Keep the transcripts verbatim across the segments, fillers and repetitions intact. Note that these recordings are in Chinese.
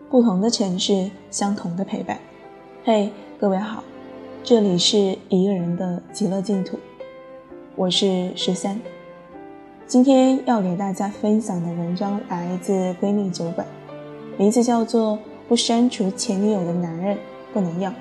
不同的城市，相同的陪伴。嘿，各位好，这里是一个人的极乐净土，我是十三。今天要给大家分享的文章来自闺蜜酒馆，名字叫做不删除前女友的男人不能要。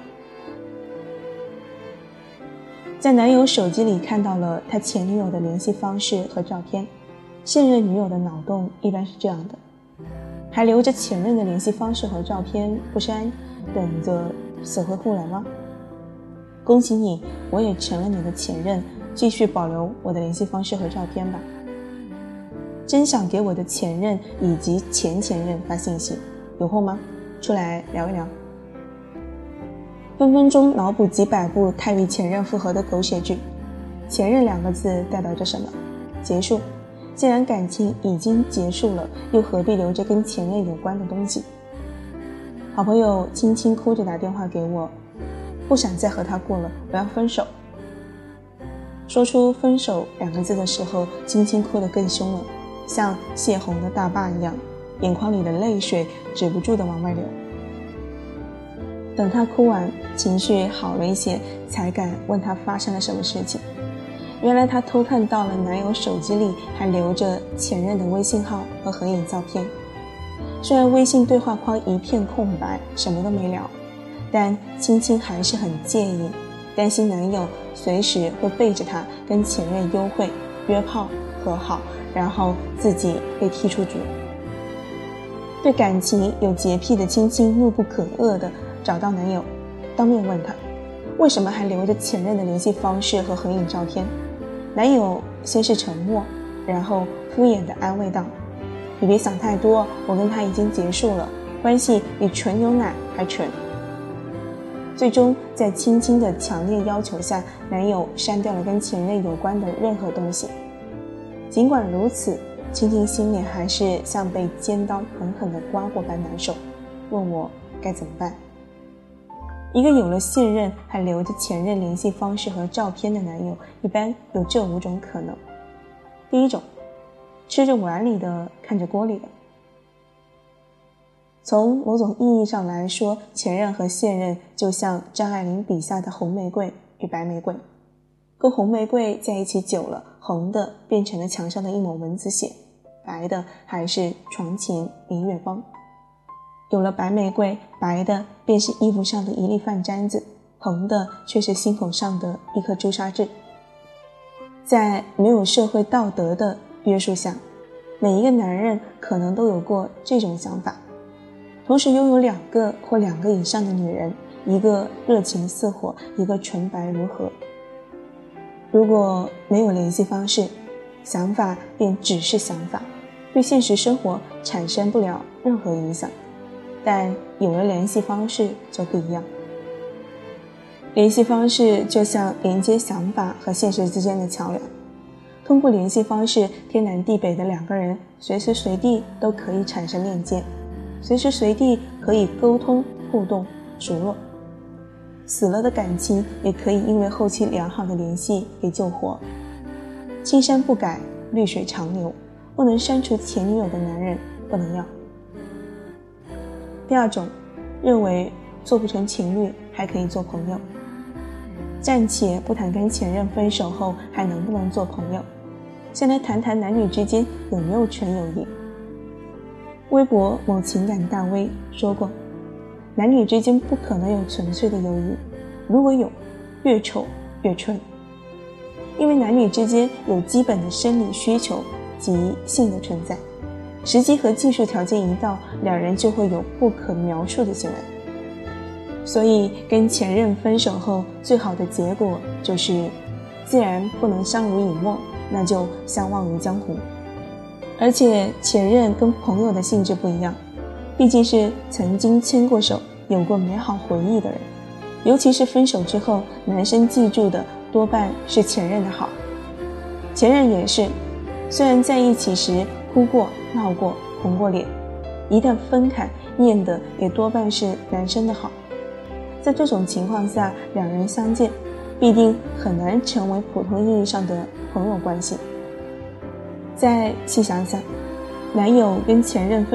在男友手机里看到了他前女友的联系方式和照片，现任女友的脑洞一般是这样的，还留着前任的联系方式和照片不删，等着死灰复燃吗？恭喜你，我也成了你的前任，继续保留我的联系方式和照片吧。真想给我的前任以及前前任发信息，有空吗？出来聊一聊。分分钟脑补几百部他与前任复合的狗血剧。前任两个字代表着什么？结束。既然感情已经结束了，又何必留着跟前任有关的东西？好朋友轻轻哭着打电话给我，不想再和他过了，我要分手。说出分手两个字的时候，轻轻哭得更凶了，像泄洪的大坝一样，眼眶里的泪水止不住地往外流。等他哭完，情绪好了一些，才敢问他发生了什么事情。原来他偷看到了男友手机里还留着前任的微信号和合影照片。虽然微信对话框一片空白，什么都没聊，但青青还是很介意，担心男友随时会背着她跟前任幽会、约炮、和好，然后自己被踢出局。对感情有洁癖的青青怒不可遏地找到男友，当面问他为什么还留着前任的联系方式和合影照片。男友先是沉默，然后敷衍地安慰道，你别想太多，我跟他已经结束了，关系比纯牛奶还纯。最终在青青的强烈要求下，男友删掉了跟前任有关的任何东西。尽管如此，青青心里还是像被尖刀狠狠地刮过般难受，问我该怎么办。一个有了现任还留着前任联系方式和照片的男友，一般有这五种可能。第一种，吃着碗里的看着锅里的。从某种意义上来说，前任和现任就像张爱玲笔下的红玫瑰与白玫瑰，跟红玫瑰在一起久了，红的变成了墙上的一抹蚊子血，白的还是床前明月光。有了白玫瑰，白的便是衣服上的一粒饭粘子，红的却是心口上的一颗朱砂痣。在没有社会道德的约束下，每一个男人可能都有过这种想法，同时拥有两个或两个以上的女人，一个热情似火，一个纯白如荷。如果没有联系方式，想法便只是想法，对现实生活产生不了任何影响。但有了联系方式就不一样，联系方式就像连接想法和现实之间的桥梁。通过联系方式，天南地北的两个人随时随地都可以产生链接，随时随地可以沟通互动熟络。死了的感情也可以因为后期良好的联系给救活。青山不改，绿水长流，不能删除前女友的男人不能要。第二种，认为做不成情侣还可以做朋友。暂且不谈跟前任分手后还能不能做朋友，先来谈谈男女之间有没有纯友谊。微博某情感大 V 说过，男女之间不可能有纯粹的友谊，如果有，越丑越纯。因为男女之间有基本的生理需求及性的存在，时机和技术条件一到，两人就会有不可描述的行为。所以跟前任分手后，最好的结果就是既然不能相濡以沫，那就相忘于江湖。而且前任跟朋友的性质不一样，毕竟是曾经牵过手有过美好回忆的人，尤其是分手之后，男生记住的多半是前任的好。前任也是，虽然在一起时哭过闹过红过脸，一旦分开念的也多半是男生的好。在这种情况下，两人相见必定很难成为普通意义上的朋友关系。再细想想，男友跟前任分手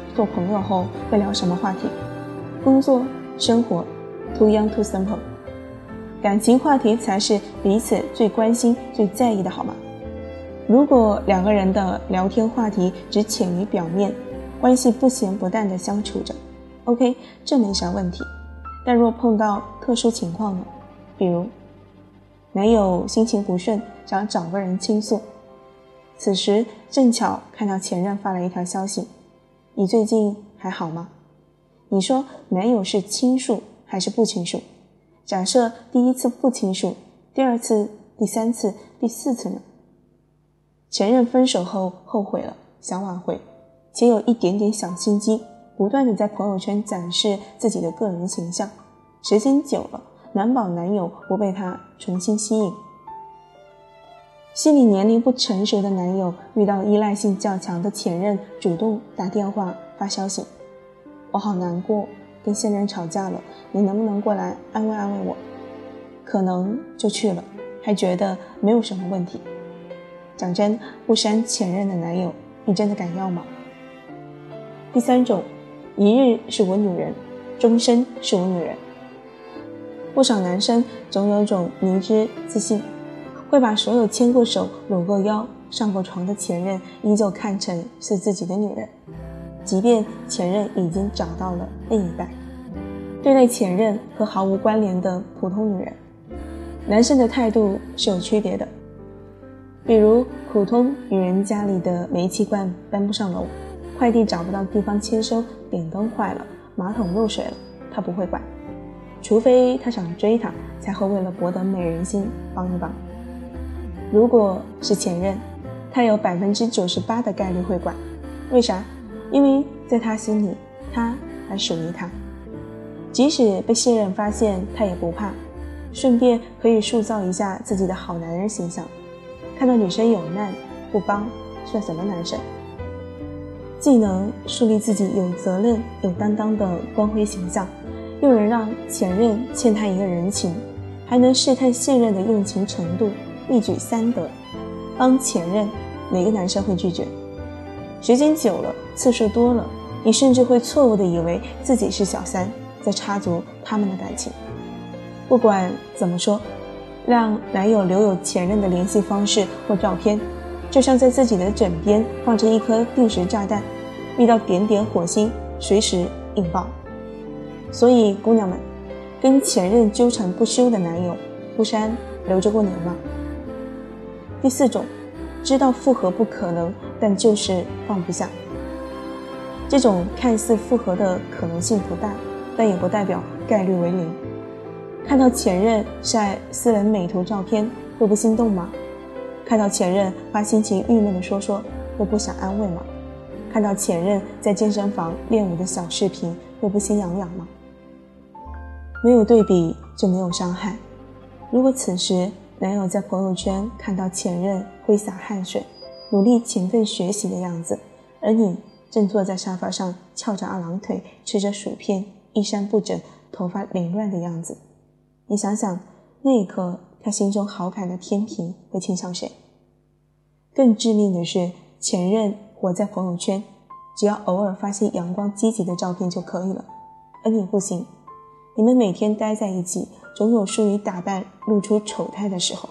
做朋友后会聊什么话题？工作、生活 ，too young too simple。感情话题才是彼此最关心、最在意的，好吗？如果两个人的聊天话题只浅于表面，关系不咸不淡地相处着 ，OK， 这没啥问题。但若碰到特殊情况呢？比如，男友心情不顺，想找个人倾诉，此时正巧看到前任发了一条消息：“你最近还好吗？”你说男友是倾诉还是不倾诉？假设第一次不倾诉，第二次、第三次、第四次呢？前任分手后后悔了，想挽回，且有一点点小心机，不断地在朋友圈展示自己的个人形象，时间久了，难保男友不被她重新吸引。心理年龄不成熟的男友遇到依赖性较强的前任，主动打电话发消息：“我好难过，跟现任吵架了，你能不能过来安慰安慰我？”可能就去了，还觉得没有什么问题。讲真，不删前任的男友，你真的敢要吗？第三种，一日是我女人，终身是我女人。不少男生总有种迷之自信，会把所有牵过手、搂过腰、上过床的前任依旧看成是自己的女人，即便前任已经找到了另一半。对待前任和毫无关联的普通女人，男生的态度是有区别的。比如普通女人家里的煤气罐搬不上楼，快递找不到地方签收，点灯坏了，马桶漏水了，他不会管，除非他想追她，才会为了博得美人心帮一帮。如果是前任，他有 百分之九十八 的概率会管。为啥？因为在他心里，他还属于他，即使被现任发现，他也不怕，顺便可以塑造一下自己的好男人形象。看到女生有难不帮，算什么男生？既能树立自己有责任有担当的光辉形象，又能让前任欠他一个人情，还能试探现任的用情程度，一举三得。帮前任，哪个男生会拒绝？时间久了，次数多了，你甚至会错误地以为自己是小三，在插足他们的感情。不管怎么说，让男友留有前任的联系方式或照片，就像在自己的枕边放着一颗定时炸弹，遇到点点火星，随时引爆。所以姑娘们，跟前任纠缠不休的男友，不删留着过年吗？第四种，知道复合不可能，但就是放不下。这种看似复合的可能性不大，但也不代表概率为零。看到前任晒私人美图照片，会不心动吗？看到前任发心情郁闷的说说，会不想安慰吗？看到前任在健身房练舞的小视频，会不心痒痒吗？没有对比就没有伤害。如果此时男友在朋友圈看到前任挥洒汗水，努力勤奋学习的样子，而你正坐在沙发上翘着二郎腿，吃着薯片，衣衫不整，头发凌乱的样子，你想想，那一刻他心中好感的天平会倾向谁？更致命的是，前任活在朋友圈，只要偶尔发些阳光积极的照片就可以了，而你不行，你们每天待在一起，总有疏于打扮露出丑态的时候。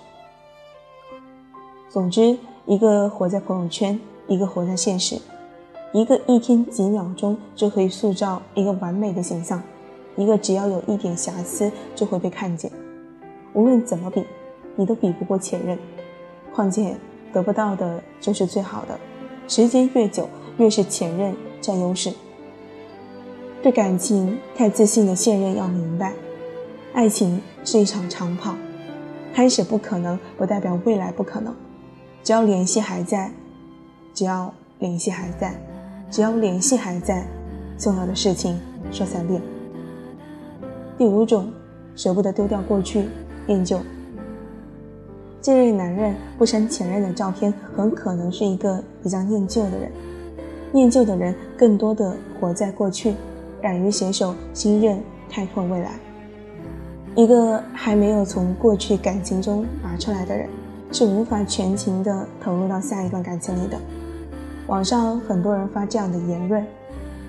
总之，一个活在朋友圈，一个活在现实，一个一天几秒钟就可以塑造一个完美的形象，一个只要有一点瑕疵就会被看见。无论怎么比，你都比不过前任，况且得不到的就是最好的，时间越久，越是前任占优势。对感情太自信的现任要明白，爱情是一场长跑，开始不可能不代表未来不可能，只要联系还在，只要联系还在，只要联系还在，重要的事情说三遍。第五种，舍不得丢掉过去，念旧。这类男人不删前任的照片，很可能是一个比较念旧的人。念旧的人更多的活在过去，敢于携手新任，开拓未来。一个还没有从过去感情中拔出来的人，是无法全情的投入到下一段感情里的。网上很多人发这样的言论：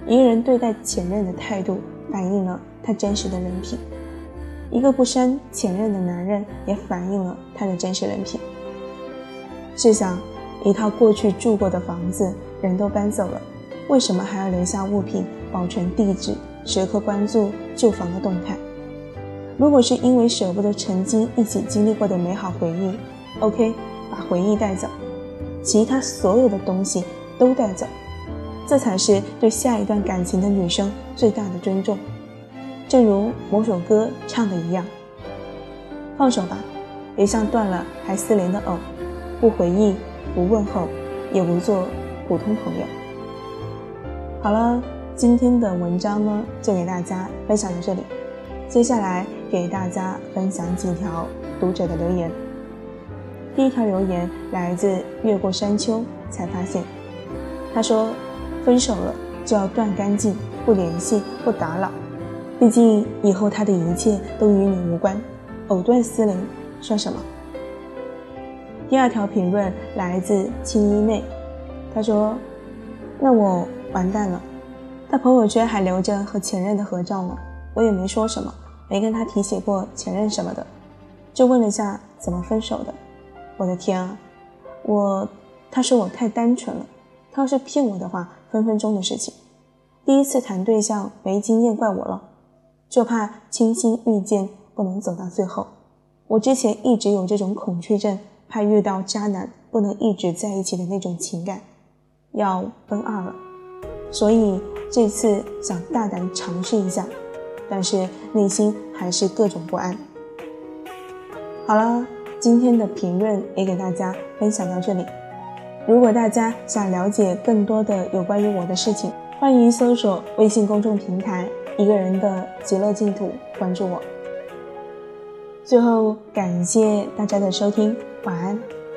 一个人对待前任的态度反映了他真实的人品，一个不删前任的男人也反映了他的真实人品。试想，一套过去住过的房子，人都搬走了，为什么还要留下物品，保存地址，时刻关注旧房的动态？如果是因为舍不得曾经一起经历过的美好回忆， OK， 把回忆带走，其他所有的东西都带走，这才是对下一段感情的女生最大的尊重。正如某首歌唱的一样，放手吧，别像断了还丝连的藕，不回忆，不问候，也不做普通朋友。好了，今天的文章呢，就给大家分享到这里。接下来给大家分享几条读者的留言。第一条留言来自越过山丘才发现，他说分手了就要断干净，不联系，不打扰，毕竟以后他的一切都与你无关，藕断丝连算什么？第二条评论来自青衣妹，他说那我完蛋了，他朋友圈还留着和前任的合照呢，我也没说什么，没跟他提起过前任什么的，就问了下怎么分手的。我的天啊，我他说我太单纯了，他要是骗我的话，分分钟的事情。第一次谈对象没经验，怪我了，就怕倾心遇见不能走到最后。我之前一直有这种恐惧症，怕遇到渣男不能一直在一起的那种情感，要分二了，所以这次想大胆尝试一下，但是内心还是各种不安。好了，今天的评论也给大家分享到这里。如果大家想了解更多的有关于我的事情，欢迎搜索微信公众平台一个人的极乐净土，关注我。最后感谢大家的收听，晚安。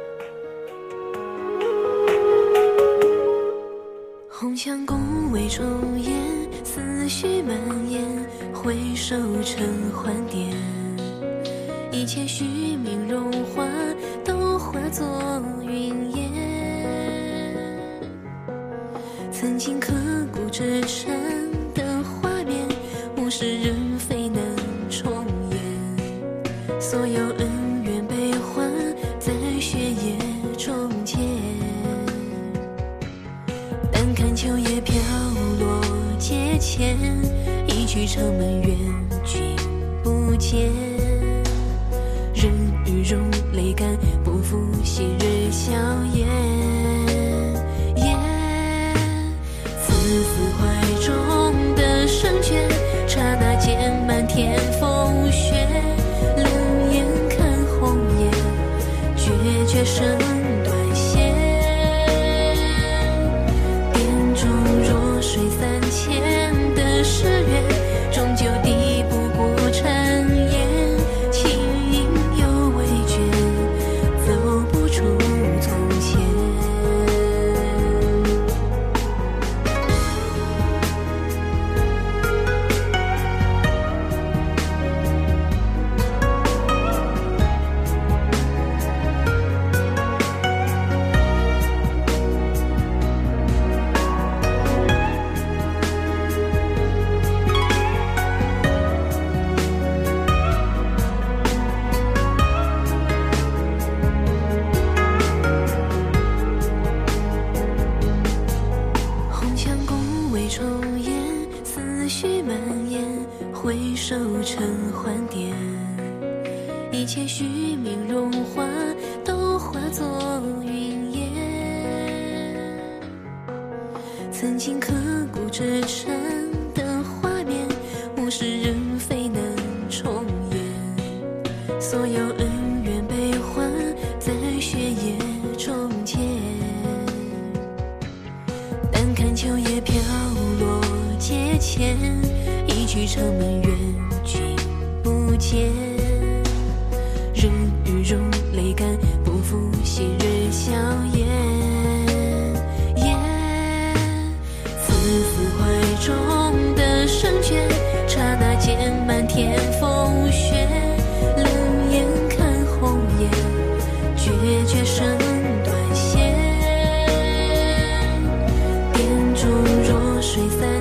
红墙宫未重烟，思绪蔓延，回首成幻点，一切虚名荣华都化作云烟。曾经刻骨之缠的画面，物是人非难重演，所有恩怨悲欢在血液中间。但看秋叶飘落阶前，一曲城门远君不见。人欲容泪干，不负昔日笑颜。此思怀中的胜券，刹那间漫天风雪。冷眼看红颜，决绝声断线。殿中弱水三千的誓约，终究抵不过谗言。情意犹未倦，走不出从前。回首成幻点，一切虚名荣华都化作云烟。曾经刻骨之缠的画面，物是人非难重演，所有恩怨悲欢在血液中间。但看秋叶飘落阶前，一曲城门远君不见。人欲容泪干，不负昔日笑颜。此思怀中的胜券，刹那间漫天风雪。冷眼看红颜，决绝声断线。殿中弱水三